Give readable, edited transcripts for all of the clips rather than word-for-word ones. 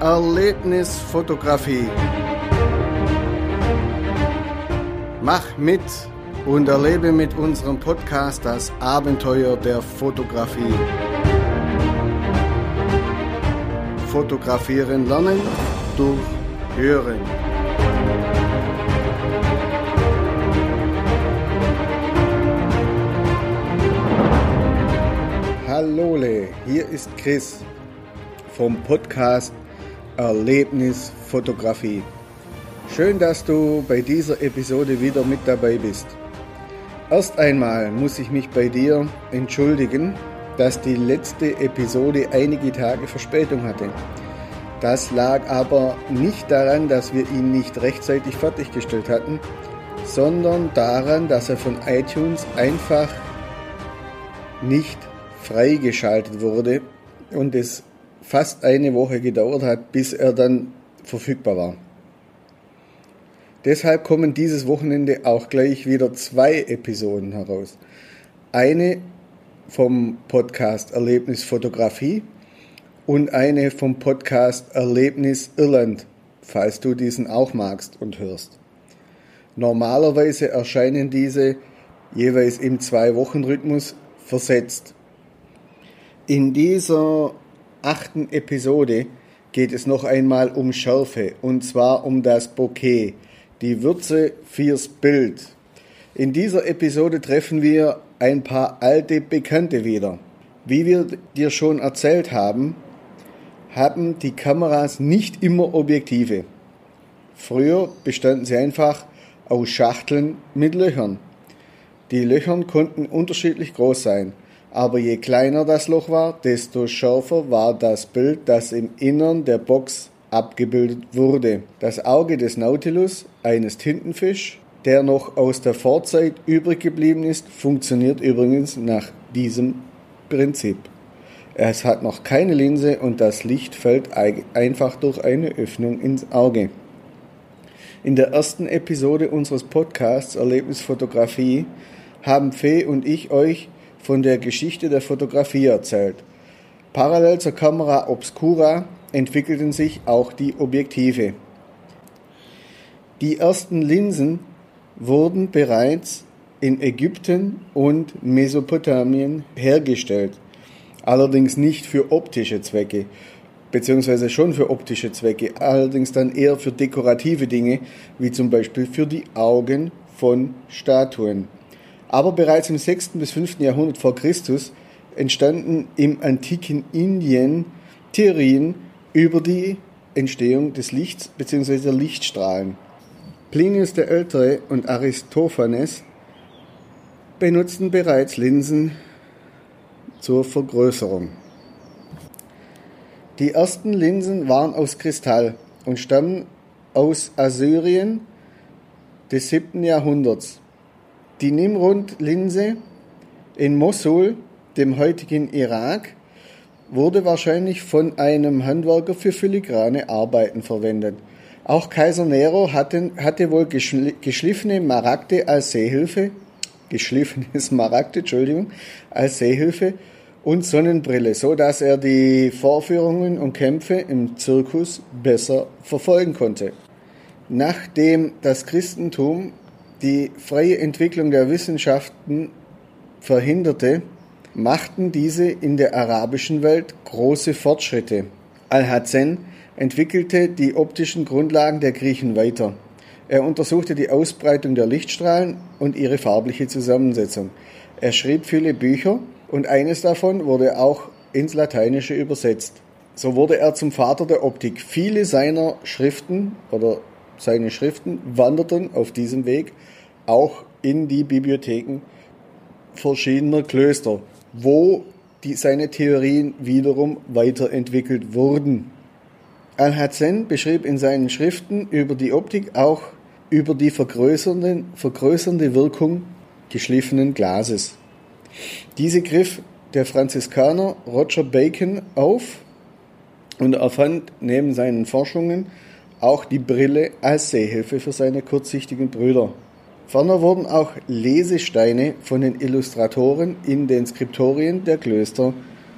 Erlebnisfotografie. Mach mit und erlebe mit unserem Podcast das Abenteuer der Fotografie. Fotografieren lernen durch Hören. Hallole, hier ist Chris vom Podcast Erlebnisfotografie. Schön, dass du bei dieser Episode wieder mit dabei bist. Erst einmal muss ich mich bei dir entschuldigen, dass die letzte Episode einige Tage Verspätung hatte. Das lag aber nicht daran, dass wir ihn nicht rechtzeitig fertiggestellt hatten, sondern daran, dass er von iTunes einfach nicht freigeschaltet wurde und es fast eine Woche gedauert hat, bis er dann verfügbar war. Deshalb kommen dieses Wochenende auch gleich wieder 2 Episoden heraus. Eine vom Podcast Erlebnisfotografie und eine vom Podcast Erlebnis Irland, falls du diesen auch magst und hörst. Normalerweise erscheinen diese jeweils im 2-Wochen-Rhythmus versetzt. In dieser 8. Episode geht es noch einmal um Schärfe, und zwar um das Bokeh, die Würze fürs Bild. In dieser Episode treffen wir ein paar alte Bekannte wieder. Wie wir dir schon erzählt haben, haben die Kameras nicht immer Objektive. Früher bestanden sie einfach aus Schachteln mit Löchern. Die Löcher konnten unterschiedlich groß sein. Aber je kleiner das Loch war, desto schärfer war das Bild, das im Innern der Box abgebildet wurde. Das Auge des Nautilus, eines Tintenfisch, der noch aus der Vorzeit übrig geblieben ist, funktioniert übrigens nach diesem Prinzip. Es hat noch keine Linse und das Licht fällt einfach durch eine Öffnung ins Auge. In der ersten Episode unseres Podcasts Erlebnisfotografie haben Fee und ich euch von der Geschichte der Fotografie erzählt. Parallel zur Camera Obscura entwickelten sich auch die Objektive. Die ersten Linsen wurden bereits in Ägypten und Mesopotamien hergestellt, allerdings nicht für optische Zwecke, beziehungsweise schon für optische Zwecke, allerdings dann eher für dekorative Dinge, wie zum Beispiel für die Augen von Statuen. Aber bereits im 6. bis 5. Jahrhundert vor Christus entstanden im antiken Indien Theorien über die Entstehung des Lichts bzw. der Lichtstrahlen. Plinius der Ältere und Aristophanes benutzten bereits Linsen zur Vergrößerung. Die ersten Linsen waren aus Kristall und stammen aus Assyrien des 7. Jahrhunderts. Die Nimrud-Linse in Mosul, dem heutigen Irak, wurde wahrscheinlich von einem Handwerker für filigrane Arbeiten verwendet. Auch Kaiser Nero hatte wohl geschliffene Smaragde als Sehhilfe und Sonnenbrille, so dass er die Vorführungen und Kämpfe im Zirkus besser verfolgen konnte. Nachdem das Christentum die freie Entwicklung der Wissenschaften verhinderte, machten diese in der arabischen Welt große Fortschritte. Alhazen entwickelte die optischen Grundlagen der Griechen weiter. Er untersuchte die Ausbreitung der Lichtstrahlen und ihre farbliche Zusammensetzung. Er schrieb viele Bücher und eines davon wurde auch ins Lateinische übersetzt. So wurde er zum Vater der Optik. Viele seiner Schriften seine Schriften wanderten auf diesem Weg auch in die Bibliotheken verschiedener Klöster, wo seine Theorien wiederum weiterentwickelt wurden. Alhazen beschrieb in seinen Schriften über die Optik auch über die vergrößernde Wirkung geschliffenen Glases. Diese griff der Franziskaner Roger Bacon auf und erfand neben seinen Forschungen auch die Brille als Sehhilfe für seine kurzsichtigen Brüder. Ferner wurden auch Lesesteine von den Illustratoren in den Skriptorien der Klöster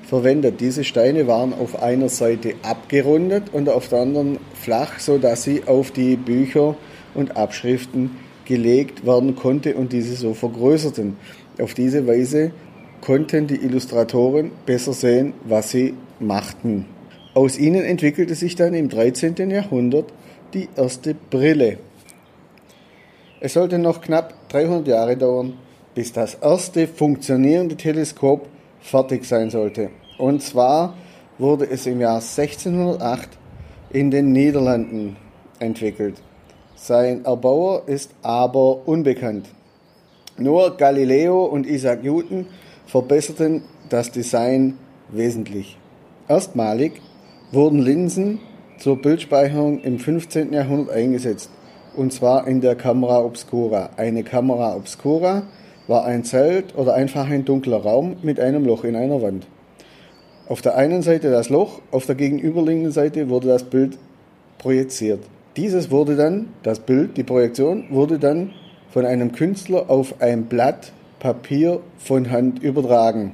verwendet. Diese Steine waren auf einer Seite abgerundet und auf der anderen flach, sodass sie auf die Bücher und Abschriften gelegt werden konnte und diese so vergrößerten. Auf diese Weise konnten die Illustratoren besser sehen, was sie machten. Aus ihnen entwickelte sich dann im 13. Jahrhundert die erste Brille. Es sollte noch knapp 300 Jahre dauern, bis das erste funktionierende Teleskop fertig sein sollte. Und zwar wurde es im Jahr 1608 in den Niederlanden entwickelt. Sein Erbauer ist aber unbekannt. Nur Galileo und Isaac Newton verbesserten das Design wesentlich. Erstmalig wurden Linsen zur Bildspeicherung im 15. Jahrhundert eingesetzt, und zwar in der Camera Obscura. Eine Camera Obscura war ein Zelt oder einfach ein dunkler Raum mit einem Loch in einer Wand. Auf der einen Seite das Loch, auf der gegenüberliegenden Seite wurde das Bild projiziert. Das Bild, die Projektion, wurde dann von einem Künstler auf ein Blatt Papier von Hand übertragen.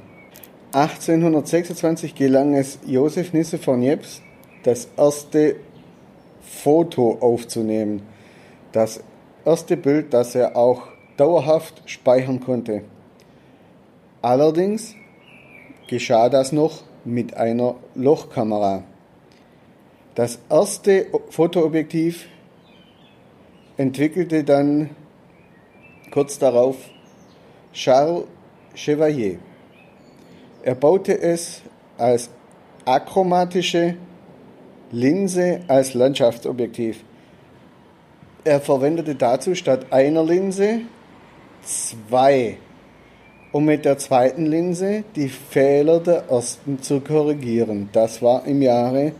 1826 gelang es Joseph Nisse von Jeps, das erste Foto aufzunehmen. Das erste Bild, das er auch dauerhaft speichern konnte. Allerdings geschah das noch mit einer Lochkamera. Das erste Fotoobjektiv entwickelte dann kurz darauf Charles Chevalier. Er baute es als achromatische Linse als Landschaftsobjektiv. Er verwendete dazu statt einer Linse 2, um mit der zweiten Linse die Fehler der ersten zu korrigieren. Das war im Jahre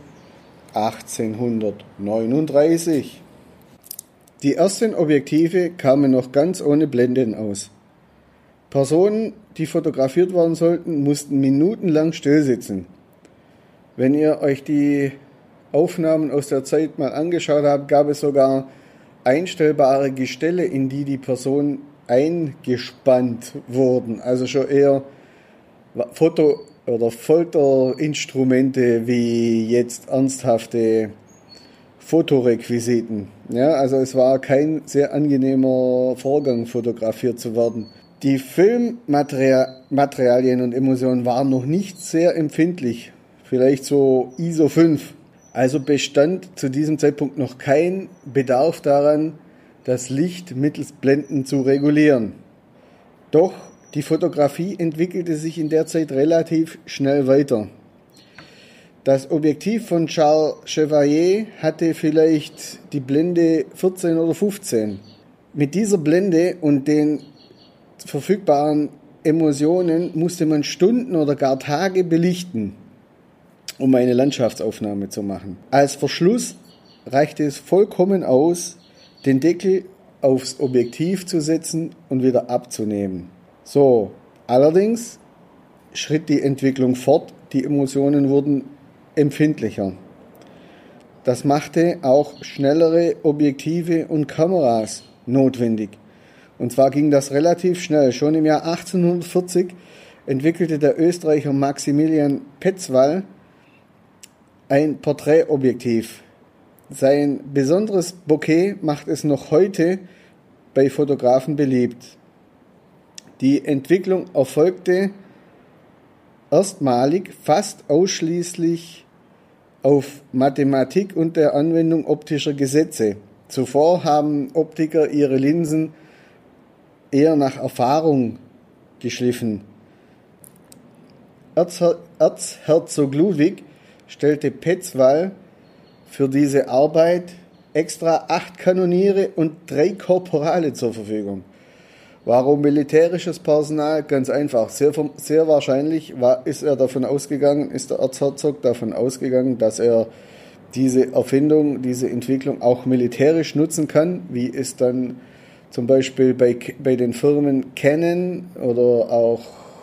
1839. Die ersten Objektive kamen noch ganz ohne Blenden aus. Personen, die fotografiert werden sollten, mussten minutenlang stillsitzen. Wenn ihr euch die Aufnahmen aus der Zeit mal angeschaut habt, gab es sogar einstellbare Gestelle, in die die Personen eingespannt wurden. Also schon eher Foto- oder Folterinstrumente wie jetzt ernsthafte Fotorequisiten. Ja, also es war kein sehr angenehmer Vorgang, fotografiert zu werden. Die Filmmaterialien und Emotionen waren noch nicht sehr empfindlich, vielleicht so ISO 5. Also bestand zu diesem Zeitpunkt noch kein Bedarf daran, das Licht mittels Blenden zu regulieren. Doch die Fotografie entwickelte sich in der Zeit relativ schnell weiter. Das Objektiv von Charles Chevalier hatte vielleicht die Blende 14 oder 15. Mit dieser Blende und den verfügbaren Emulsionen musste man Stunden oder gar Tage belichten, um eine Landschaftsaufnahme zu machen. Als Verschluss reichte es vollkommen aus, den Deckel aufs Objektiv zu setzen und wieder abzunehmen. So, allerdings schritt die Entwicklung fort, die Emulsionen wurden empfindlicher. Das machte auch schnellere Objektive und Kameras notwendig. Und zwar ging das relativ schnell. Schon im Jahr 1840 entwickelte der Österreicher Maximilian Petzval ein Porträtobjektiv. Sein besonderes Bokeh macht es noch heute bei Fotografen beliebt. Die Entwicklung erfolgte erstmalig fast ausschließlich auf Mathematik und der Anwendung optischer Gesetze. Zuvor haben Optiker ihre Linsen eher nach Erfahrung geschliffen. Erzherzog Ludwig stellte Petzval für diese Arbeit extra 8 Kanoniere und 3 Korporale zur Verfügung. Warum militärisches Personal? Ganz einfach. Sehr wahrscheinlich ist der Erzherzog davon ausgegangen, dass er diese Erfindung, diese Entwicklung auch militärisch nutzen kann, wie es dann zum Beispiel bei den Firmen Canon oder auch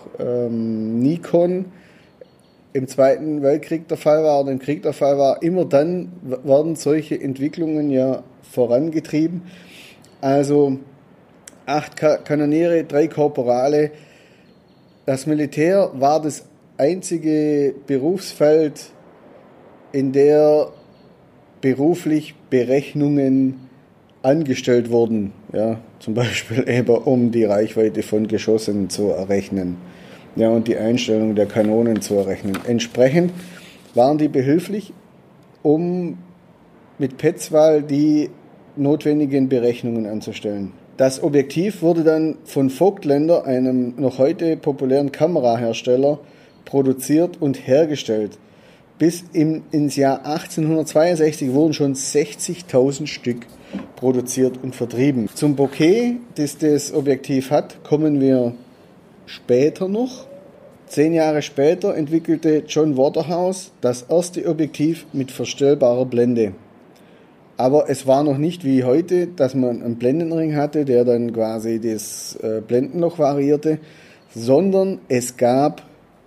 Nikon im Zweiten Weltkrieg der Fall war oder im Krieg der Fall war. Immer dann werden solche Entwicklungen ja vorangetrieben. Also 8 Kanoniere, 3 Korporale. Das Militär war des einzige Berufsfeld, in der beruflich Berechnungen angestellt wurden, ja, zum Beispiel eben um die Reichweite von Geschossen zu errechnen, ja, und die Einstellung der Kanonen zu errechnen. Entsprechend waren die behilflich, um mit Petzval die notwendigen Berechnungen anzustellen. Das Objektiv wurde dann von Voigtlander, einem noch heute populären Kamerahersteller, produziert und hergestellt. Bis ins Jahr 1862 wurden schon 60.000 Stück produziert und vertrieben. Zum Bokeh, das das Objektiv hat, kommen wir später noch. 10 Jahre später entwickelte John Waterhouse das erste Objektiv mit verstellbarer Blende. Aber es war noch nicht wie heute, dass man einen Blendenring hatte, der dann quasi das Blendenloch variierte, sondern es gab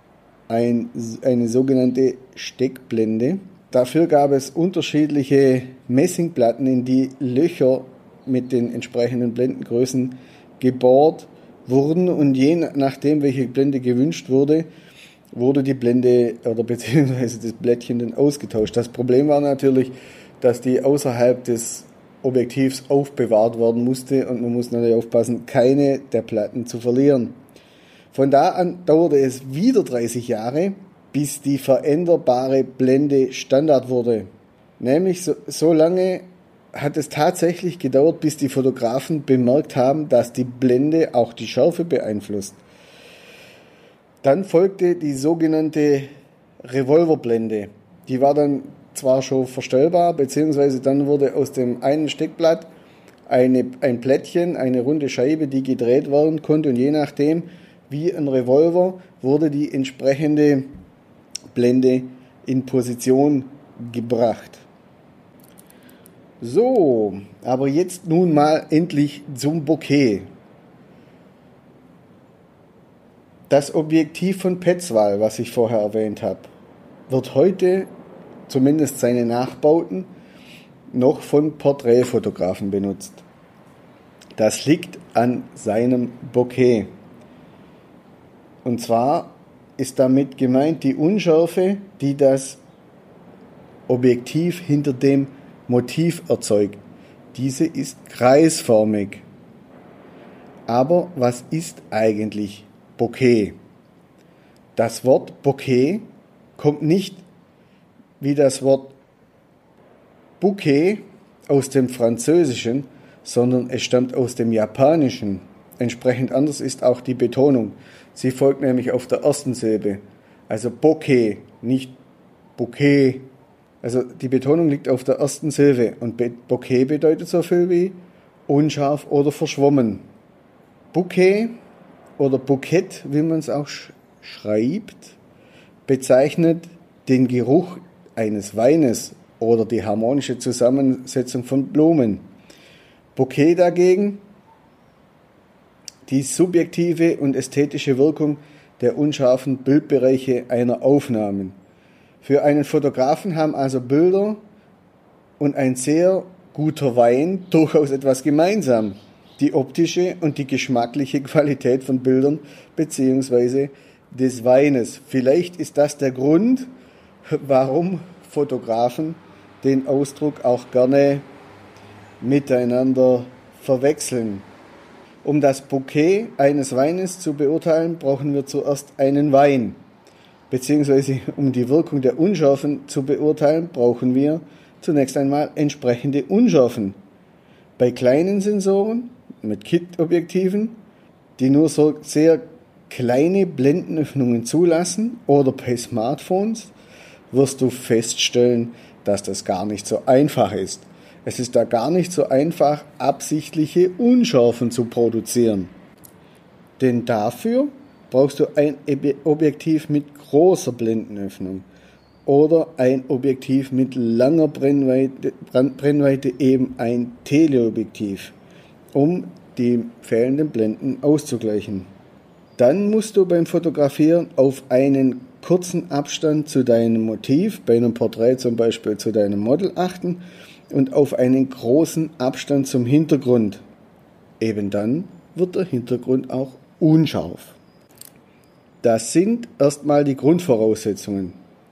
eine sogenannte Steckblende. Dafür gab es unterschiedliche Messingplatten, in die Löcher mit den entsprechenden Blendengrößen gebohrt wurden, und je nachdem, welche Blende gewünscht wurde, wurde die Blende oder beziehungsweise das Blättchen dann ausgetauscht. Das Problem war natürlich, dass die außerhalb des Objektivs aufbewahrt werden musste, und man muss natürlich aufpassen, keine der Platten zu verlieren. Von da an dauerte es wieder 30 Jahre, bis die veränderbare Blende Standard wurde. Nämlich so lange hat es tatsächlich gedauert, bis die Fotografen bemerkt haben, dass die Blende auch die Schärfe beeinflusst. Dann folgte die sogenannte Revolverblende. Die war dann zwar schon verstellbar, beziehungsweise dann wurde aus dem einen Steckblatt ein Plättchen, eine runde Scheibe, die gedreht werden konnte, und je nachdem, wie ein Revolver, wurde die entsprechende Blende in Position gebracht. So, aber jetzt nun mal endlich zum Bokeh. Das Objektiv von Petzval, was ich vorher erwähnt habe, wird heute, zumindest seine Nachbauten, noch von Porträtfotografen benutzt. Das liegt an seinem Bokeh. Und zwar ist damit gemeint die Unschärfe, die das Objektiv hinter dem Motiv erzeugt. Diese ist kreisförmig. Aber was ist eigentlich Bokeh? Das Wort Bokeh kommt nicht wie das Wort Bouquet aus dem Französischen, sondern es stammt aus dem Japanischen. Entsprechend anders ist auch die Betonung. Sie folgt nämlich auf der ersten Silbe. Also Bokeh, nicht Bouquet. Also die Betonung liegt auf der ersten Silbe. Und Bokeh bedeutet so viel wie unscharf oder verschwommen. Bouquet oder Bukett, wie man es auch schreibt, bezeichnet den Geruch eines Weines oder die harmonische Zusammensetzung von Blumen. Bokeh dagegen die subjektive und ästhetische Wirkung der unscharfen Bildbereiche einer Aufnahme. Für einen Fotografen haben also Bilder und ein sehr guter Wein durchaus etwas gemeinsam. Die optische und die geschmackliche Qualität von Bildern bzw. des Weines. Vielleicht ist das der Grund, warum Fotografen den Ausdruck auch gerne miteinander verwechseln. Um das Bouquet eines Weines zu beurteilen, brauchen wir zuerst einen Wein. Beziehungsweise um die Wirkung der Unschärfen zu beurteilen, brauchen wir zunächst einmal entsprechende Unschärfen. Bei kleinen Sensoren mit Kit-Objektiven, die nur so sehr kleine Blendenöffnungen zulassen, oder bei Smartphones, wirst du feststellen, dass das gar nicht so einfach ist. Es ist da gar nicht so einfach, absichtliche Unschärfen zu produzieren. Denn dafür brauchst du ein Objektiv mit großer Blendenöffnung oder ein Objektiv mit langer Brennweite, eben ein Teleobjektiv, um die fehlenden Blenden auszugleichen. Dann musst du beim Fotografieren auf einen kurzen Abstand zu deinem Motiv, bei einem Porträt zum Beispiel zu deinem Model, achten und auf einen großen Abstand zum Hintergrund. Eben dann wird der Hintergrund auch unscharf. Das sind erstmal die Grundvoraussetzungen.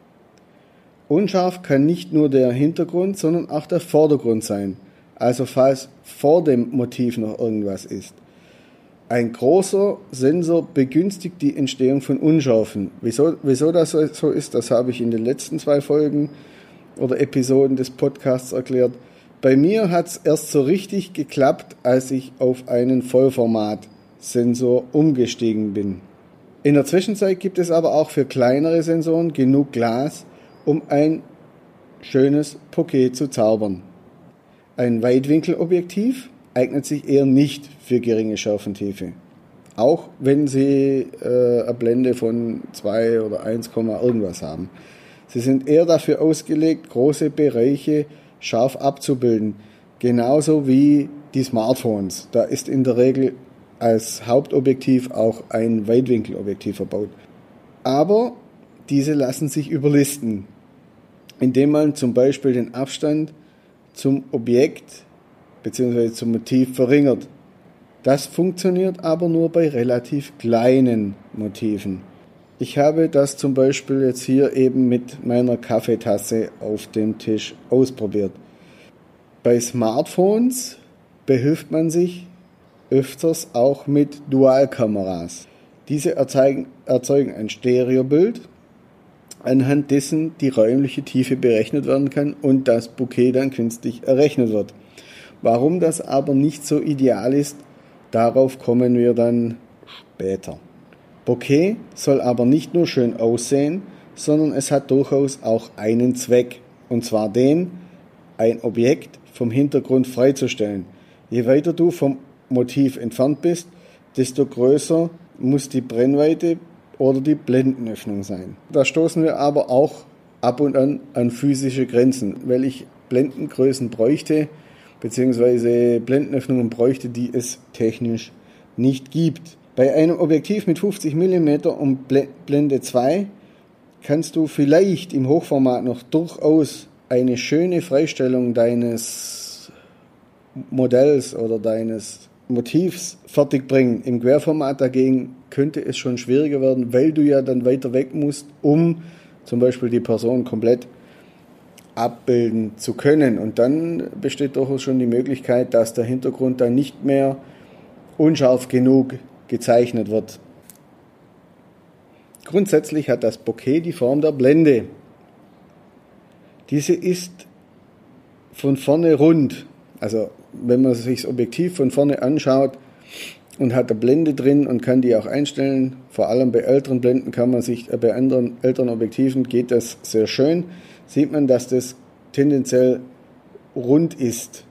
Unscharf kann nicht nur der Hintergrund, sondern auch der Vordergrund sein. Also falls vor dem Motiv noch irgendwas ist. Ein großer Sensor begünstigt die Entstehung von Unschärfen. Wieso das so ist, das habe ich in den letzten 2 Folgen oder Episoden des Podcasts erklärt. Bei mir hat es erst so richtig geklappt, als ich auf einen Vollformat-Sensor umgestiegen bin. In der Zwischenzeit gibt es aber auch für kleinere Sensoren genug Glas, um ein schönes Bokeh zu zaubern. Ein Weitwinkelobjektiv eignet sich eher nicht für geringe Schärfentiefe. Auch wenn Sie eine Blende von 2 oder 1, irgendwas haben. Sie sind eher dafür ausgelegt, große Bereiche scharf abzubilden. Genauso wie die Smartphones. Da ist in der Regel als Hauptobjektiv auch ein Weitwinkelobjektiv verbaut. Aber diese lassen sich überlisten, indem man zum Beispiel den Abstand zum Objekt bzw. zum Motiv verringert. Das funktioniert aber nur bei relativ kleinen Motiven. Ich habe das zum Beispiel jetzt hier eben mit meiner Kaffeetasse auf dem Tisch ausprobiert. Bei Smartphones behilft man sich öfters auch mit Dualkameras. Diese erzeugen ein Stereobild, anhand dessen die räumliche Tiefe berechnet werden kann und das Bokeh dann künstlich errechnet wird. Warum das aber nicht so ideal ist, darauf kommen wir dann später. Bokeh soll aber nicht nur schön aussehen, sondern es hat durchaus auch einen Zweck, und zwar den, ein Objekt vom Hintergrund freizustellen. Je weiter du vom Motiv entfernt bist, desto größer muss die Brennweite oder die Blendenöffnung sein. Da stoßen wir aber auch ab und an physische Grenzen, weil ich Blendengrößen bräuchte, beziehungsweise Blendenöffnungen bräuchte, die es technisch nicht gibt. Bei einem Objektiv mit 50 mm und Blende 2 kannst du vielleicht im Hochformat noch durchaus eine schöne Freistellung deines Modells oder deines Motivs fertigbringen. Im Querformat dagegen könnte es schon schwieriger werden, weil du ja dann weiter weg musst, um zum Beispiel die Person komplett abbilden zu können. Und dann besteht durchaus schon die Möglichkeit, dass der Hintergrund dann nicht mehr unscharf genug gezeichnet wird. Grundsätzlich hat das Bokeh die Form der Blende. Diese ist von vorne rund. Also wenn man sich das Objektiv von vorne anschaut und hat eine Blende drin und kann die auch einstellen, vor allem bei älteren Blenden kann man sich, bei anderen älteren Objektiven geht das sehr schön, sieht man, dass das tendenziell rund ist.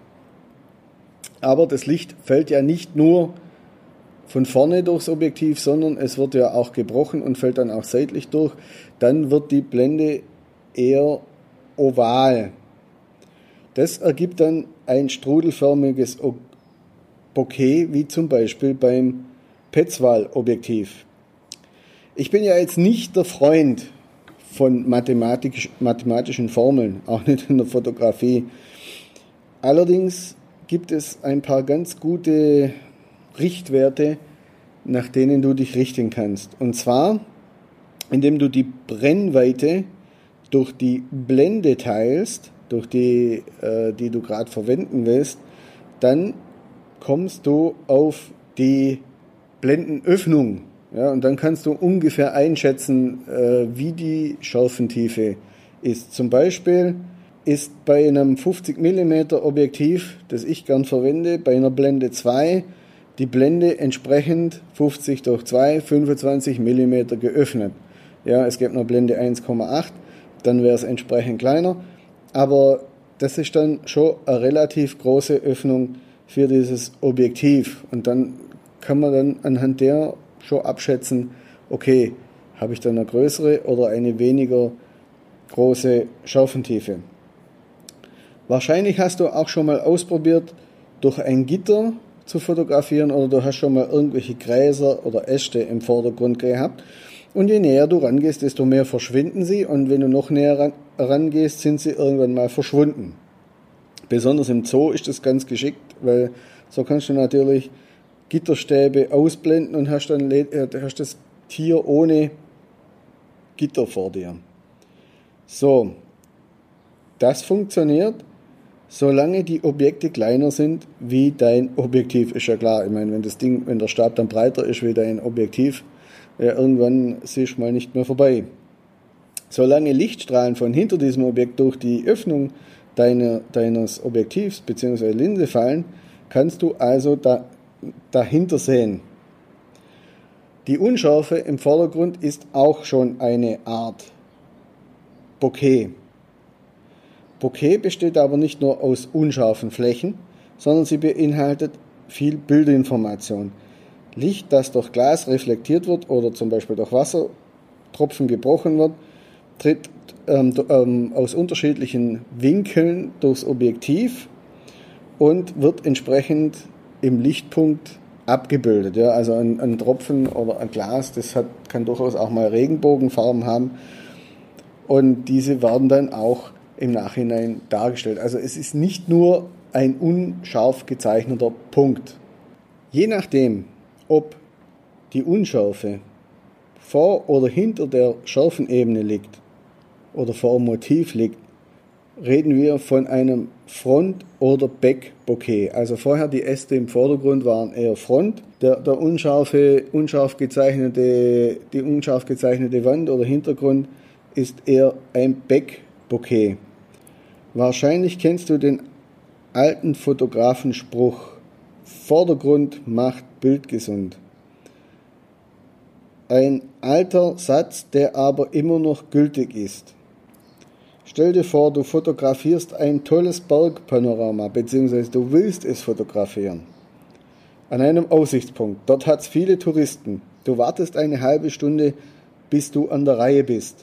Aber das Licht fällt ja nicht nur von vorne durchs Objektiv, sondern es wird ja auch gebrochen und fällt dann auch seitlich durch. Dann wird die Blende eher oval. Das ergibt dann ein strudelförmiges Bokeh, wie zum Beispiel beim Petzval-Objektiv. Ich bin ja jetzt nicht der Freund von mathematischen Formeln, auch nicht in der Fotografie. Allerdings gibt es ein paar ganz gute Richtwerte, nach denen du dich richten kannst. Und zwar, indem du die Brennweite durch die Blende teilst, durch die du gerade verwenden willst, dann kommst du auf die Blendenöffnung. Ja, und dann kannst du ungefähr einschätzen, wie die Schärfentiefe ist. Zum Beispiel ist bei einem 50 mm Objektiv, das ich gern verwende, bei einer Blende 2 die Blende entsprechend 50 durch 2, 25 mm geöffnet. Ja, es gibt noch Blende 1,8, dann wäre es entsprechend kleiner, aber das ist dann schon eine relativ große Öffnung für dieses Objektiv und dann kann man dann anhand der schon abschätzen, okay, habe ich dann eine größere oder eine weniger große Schärfentiefe. Wahrscheinlich hast du auch schon mal ausprobiert, durch ein Gitter zu fotografieren oder du hast schon mal irgendwelche Gräser oder Äste im Vordergrund gehabt und je näher du rangehst, desto mehr verschwinden sie und wenn du noch näher rangehst, sind sie irgendwann mal verschwunden. Besonders im Zoo ist das ganz geschickt, weil so kannst du natürlich Gitterstäbe ausblenden und hast das Tier ohne Gitter vor dir. So, das funktioniert, solange die Objekte kleiner sind wie dein Objektiv. Ist ja klar, ich meine, wenn der Stab dann breiter ist wie dein Objektiv, ja, irgendwann siehst du mal nicht mehr vorbei. Solange Lichtstrahlen von hinter diesem Objekt durch die Öffnung deines Objektivs bzw. Linse fallen, kannst du also dahinter sehen. Die Unschärfe im Vordergrund ist auch schon eine Art Bokeh. Bokeh besteht aber nicht nur aus unscharfen Flächen, sondern sie beinhaltet viel Bildinformation. Licht, das durch Glas reflektiert wird oder zum Beispiel durch Wassertropfen gebrochen wird, tritt aus unterschiedlichen Winkeln durchs Objektiv und wird entsprechend im Lichtpunkt abgebildet. Ja, also ein Tropfen oder ein Glas, kann durchaus auch mal Regenbogenfarben haben und diese werden dann auch im Nachhinein dargestellt. Also es ist nicht nur ein unscharf gezeichneter Punkt. Je nachdem, ob die Unschärfe vor oder hinter der scharfen Ebene liegt oder vor dem Motiv liegt, reden wir von einem Front- oder Back-Bokeh. Also vorher die Äste im Vordergrund waren eher Front, die unscharf gezeichnete Wand oder Hintergrund ist eher ein Back-Bokeh. Wahrscheinlich kennst du den alten Fotografenspruch: Vordergrund macht Bild gesund. Ein alter Satz, der aber immer noch gültig ist. Stell dir vor, du fotografierst ein tolles Bergpanorama, beziehungsweise du willst es fotografieren. An einem Aussichtspunkt. Dort hat es viele Touristen. Du wartest eine halbe Stunde, bis du an der Reihe bist.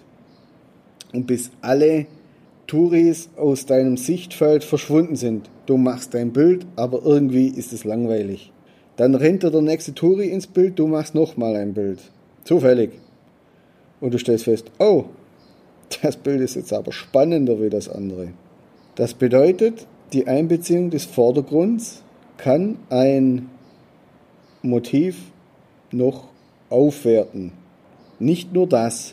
Und bis alle Touris aus deinem Sichtfeld verschwunden sind. Du machst dein Bild, aber irgendwie ist es langweilig. Dann rennt dir der nächste Touri ins Bild, du machst nochmal ein Bild. Zufällig. Und du stellst fest, oh, das Bild ist jetzt aber spannender wie das andere. Das bedeutet, die Einbeziehung des Vordergrunds kann ein Motiv noch aufwerten. Nicht nur das.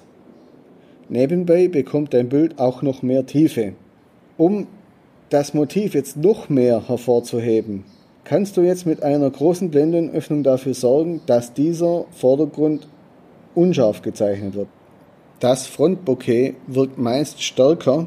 Nebenbei bekommt dein Bild auch noch mehr Tiefe. Um das Motiv jetzt noch mehr hervorzuheben, kannst du jetzt mit einer großen Blendenöffnung dafür sorgen, dass dieser Vordergrund unscharf gezeichnet wird. Das Frontbokeh wirkt meist stärker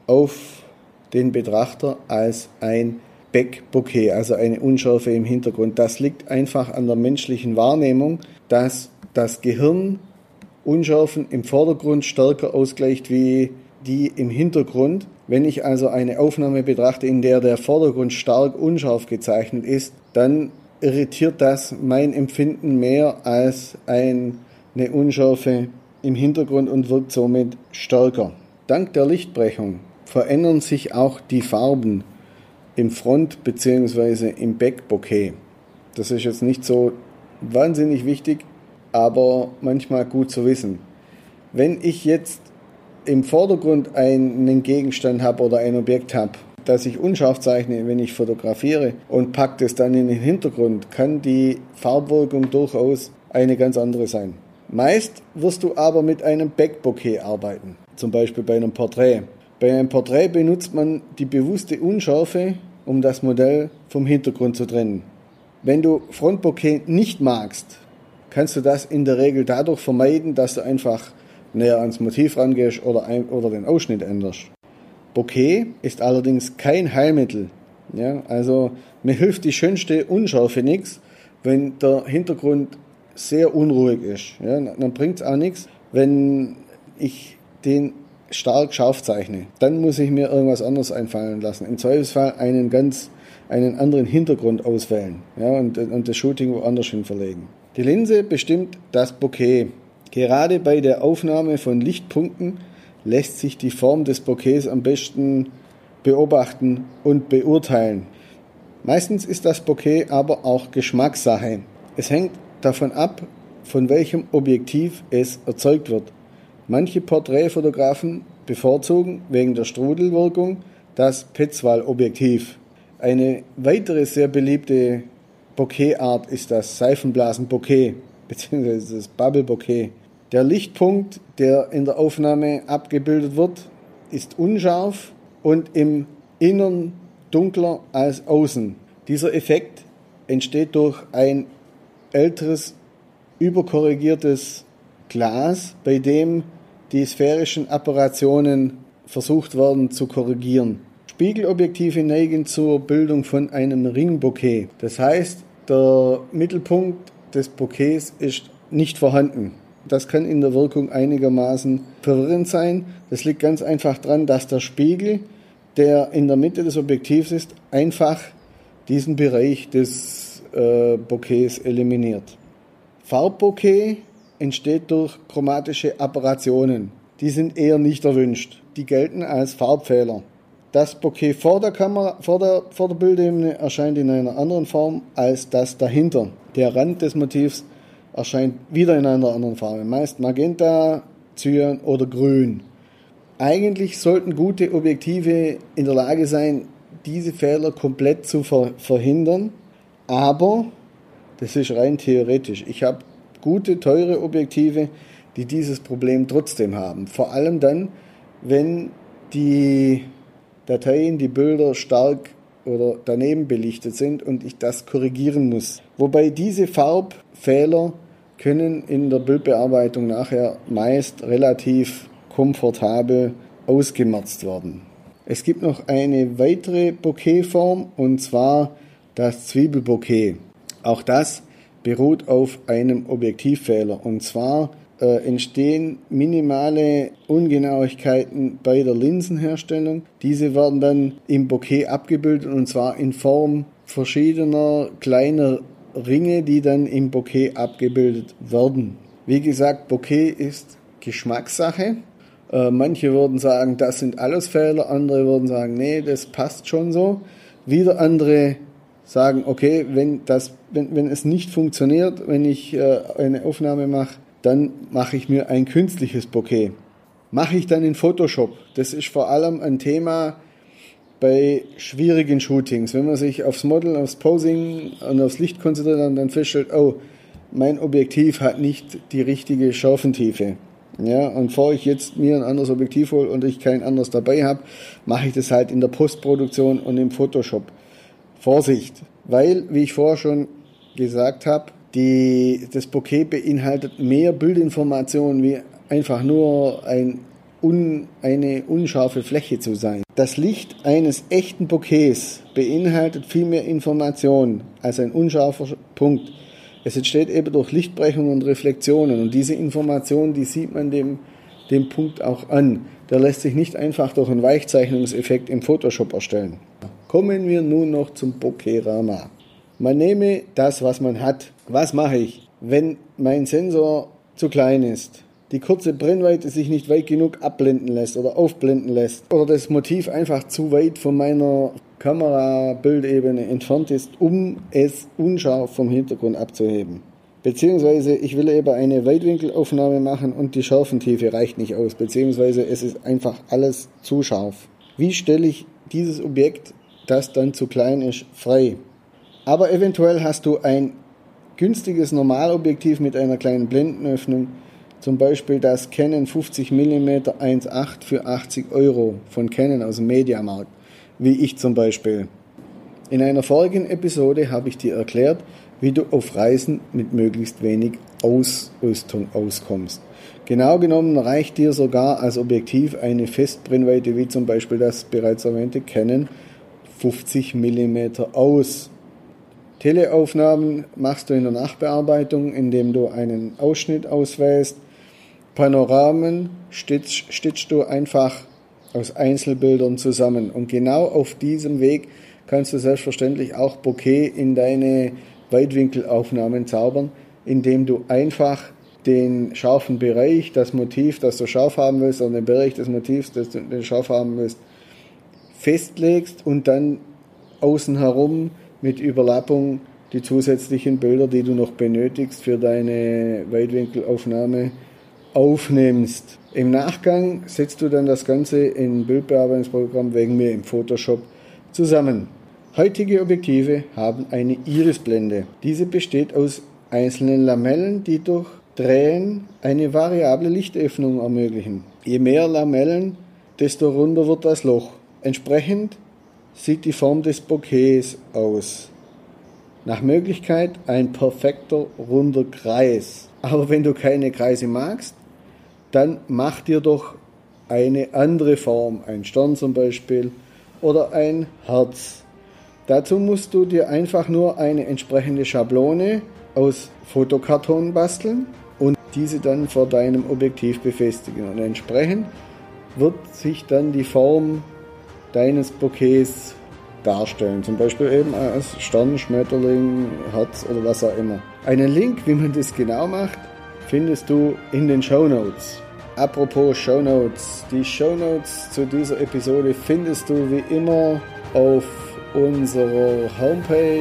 auf den Betrachter als ein Backbokeh, also eine Unschärfe im Hintergrund. Das liegt einfach an der menschlichen Wahrnehmung, dass das Gehirn Unschärfen im Vordergrund stärker ausgleicht wie die im Hintergrund. Wenn ich also eine Aufnahme betrachte, in der der Vordergrund stark unscharf gezeichnet ist, dann irritiert das mein Empfinden mehr als eine Unschärfe im Hintergrund und wirkt somit stärker. Dank der Lichtbrechung verändern sich auch die Farben im Front- bzw. im Backbokeh. Das ist jetzt nicht so wahnsinnig wichtig, aber manchmal gut zu wissen. Wenn ich jetzt im Vordergrund einen Gegenstand habe oder ein Objekt habe, das ich unscharf zeichne, wenn ich fotografiere und packe das dann in den Hintergrund, kann die Farbwirkung durchaus eine ganz andere sein. Meist wirst du aber mit einem Backbokeh arbeiten, zum Beispiel bei einem Porträt. Bei einem Porträt benutzt man die bewusste Unschärfe, um das Modell vom Hintergrund zu trennen. Wenn du Frontbokeh nicht magst, kannst du das in der Regel dadurch vermeiden, dass du einfach näher ans Motiv rangehst oder den Ausschnitt änderst. Bokeh ist allerdings kein Heilmittel. Ja, also mir hilft die schönste Unschärfe nichts, wenn der Hintergrund sehr unruhig ist. Ja, dann bringt es auch nichts, wenn ich den stark scharf zeichne. Dann muss ich mir irgendwas anderes einfallen lassen. Im Zweifelsfall einen anderen Hintergrund auswählen, ja, und das Shooting woanders hin verlegen. Die Linse bestimmt das Bokeh. Gerade bei der Aufnahme von Lichtpunkten lässt sich die Form des Bokehs am besten beobachten und beurteilen. Meistens ist das Bokeh aber auch Geschmackssache. Es hängt davon ab, von welchem Objektiv es erzeugt wird. Manche Porträtfotografen bevorzugen wegen der Strudelwirkung das Petzval-Objektiv. Eine weitere sehr beliebte Bokeh-Art ist das Seifenblasen-Bokeh. beziehungsweise das Bubble Bokeh. Der Lichtpunkt, der in der Aufnahme abgebildet wird, ist unscharf und im Innern dunkler als außen. Dieser Effekt entsteht durch ein älteres, überkorrigiertes Glas, bei dem die sphärischen Apparationen versucht werden zu korrigieren. Spiegelobjektive neigen zur Bildung von einem Ringbokeh. Das heißt, der Mittelpunkt des Bokehs ist nicht vorhanden. Das kann in der Wirkung einigermaßen verwirrend sein. Das liegt ganz einfach daran, dass der Spiegel, der in der Mitte des Objektivs ist, einfach diesen Bereich des Bokehs eliminiert. Farbbokeh entsteht durch chromatische Apparationen. Die sind eher nicht erwünscht. Die gelten als Farbfehler. Das Bokeh vor der Kamera, vor der Bildebene erscheint in einer anderen Form als das dahinter. Der Rand des Motivs erscheint wieder in einer anderen Farbe, meist Magenta, Cyan oder Grün. Eigentlich sollten gute Objektive in der Lage sein, diese Fehler komplett zu verhindern, aber das ist rein theoretisch. Ich habe gute, teure Objektive, die dieses Problem trotzdem haben. Vor allem dann, wenn die Dateien, die Bilder stark oder daneben belichtet sind und ich das korrigieren muss. Wobei diese Farbfehler können in der Bildbearbeitung nachher meist relativ komfortabel ausgemerzt werden. Es gibt noch eine weitere Bokehform und zwar das Zwiebelbokeh. Auch das beruht auf einem Objektivfehler und zwar entstehen minimale Ungenauigkeiten bei der Linsenherstellung. Diese werden dann im Bokeh abgebildet und zwar in Form verschiedener kleiner Ringe, die dann im Bokeh abgebildet werden. Wie gesagt, Bokeh ist Geschmackssache. Manche würden sagen, das sind alles Fehler, andere würden sagen, nee, das passt schon so. Wieder andere sagen, okay, wenn es nicht funktioniert, wenn ich eine Aufnahme mache, dann mache ich mir ein künstliches Bokeh. Mache ich dann in Photoshop. Das ist vor allem ein Thema bei schwierigen Shootings. Wenn man sich aufs Model, aufs Posing und aufs Licht konzentriert und dann feststellt, oh, mein Objektiv hat nicht die richtige Schärfentiefe. Ja, und bevor ich jetzt mir ein anderes Objektiv hole und ich kein anderes dabei habe, mache ich das halt in der Postproduktion und im Photoshop. Vorsicht, weil, wie ich vorher schon gesagt habe, das Bokeh beinhaltet mehr Bildinformationen wie einfach nur eine unscharfe Fläche zu sein. Das Licht eines echten Bokehs beinhaltet viel mehr Informationen als ein unscharfer Punkt. Es entsteht eben durch Lichtbrechung und Reflexionen und diese Informationen, die sieht man dem Punkt auch an. Der lässt sich nicht einfach durch einen Weichzeichnungseffekt im Photoshop erstellen. Kommen wir nun noch zum Bokeh-Rama. Man nehme das, was man hat. Was mache ich, wenn mein Sensor zu klein ist, die kurze Brennweite sich nicht weit genug abblenden lässt oder aufblenden lässt oder das Motiv einfach zu weit von meiner Kamerabildebene entfernt ist, um es unscharf vom Hintergrund abzuheben. Beziehungsweise ich will eben eine Weitwinkelaufnahme machen und die Schärfentiefe reicht nicht aus, beziehungsweise es ist einfach alles zu scharf. Wie stelle ich dieses Objekt, das dann zu klein ist, frei? Aber eventuell hast du ein günstiges Normalobjektiv mit einer kleinen Blendenöffnung, zum Beispiel das Canon 50 mm 1.8 für 80 € von Canon aus dem Mediamarkt, wie ich zum Beispiel. In einer vorigen Episode habe ich dir erklärt, wie du auf Reisen mit möglichst wenig Ausrüstung auskommst. Genau genommen reicht dir sogar als Objektiv eine Festbrennweite wie zum Beispiel das bereits erwähnte Canon 50 mm aus. Teleaufnahmen machst du in der Nachbearbeitung, indem du einen Ausschnitt auswählst. Panoramen stitchst du einfach aus Einzelbildern zusammen. Und genau auf diesem Weg kannst du selbstverständlich auch Bokeh in deine Weitwinkelaufnahmen zaubern, indem du einfach den scharfen Bereich, das Motiv, das du scharf haben willst, oder den Bereich des Motivs, das du scharf haben willst, festlegst und dann außen herum mit Überlappung die zusätzlichen Bilder, die du noch benötigst für deine Weitwinkelaufnahme, aufnimmst. Im Nachgang setzt du dann das Ganze in Bildbearbeitungsprogramm wegen mir im Photoshop zusammen. Heutige Objektive haben eine Irisblende. Diese besteht aus einzelnen Lamellen, die durch Drehen eine variable Lichtöffnung ermöglichen. Je mehr Lamellen, desto runder wird das Loch. Entsprechend sieht die Form des Bouquets aus. Nach Möglichkeit ein perfekter runder Kreis. Aber wenn du keine Kreise magst, dann mach dir doch eine andere Form, ein Stern zum Beispiel oder ein Herz. Dazu musst du dir einfach nur eine entsprechende Schablone aus Fotokarton basteln und diese dann vor deinem Objektiv befestigen. Und entsprechend wird sich dann die Form deines Bouquets darstellen. Zum Beispiel eben als Stern, Schmetterling, Herz oder was auch immer. Einen Link, wie man das genau macht, findest du in den Shownotes. Apropos Shownotes. Die Shownotes zu dieser Episode findest du wie immer auf unserer Homepage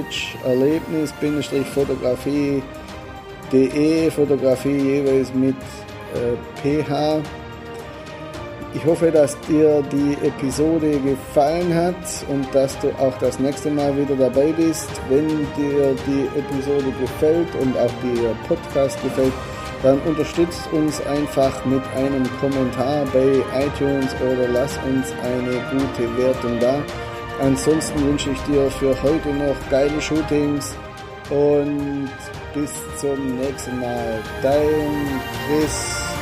erlebnis-fotografie.de, Fotografie jeweils mit PH. Ich hoffe, dass dir die Episode gefallen hat und dass du auch das nächste Mal wieder dabei bist. Wenn dir die Episode gefällt und auch der Podcast gefällt, dann unterstützt uns einfach mit einem Kommentar bei iTunes oder lass uns eine gute Wertung da. Ansonsten wünsche ich dir für heute noch geile Shootings und bis zum nächsten Mal. Dein Chris.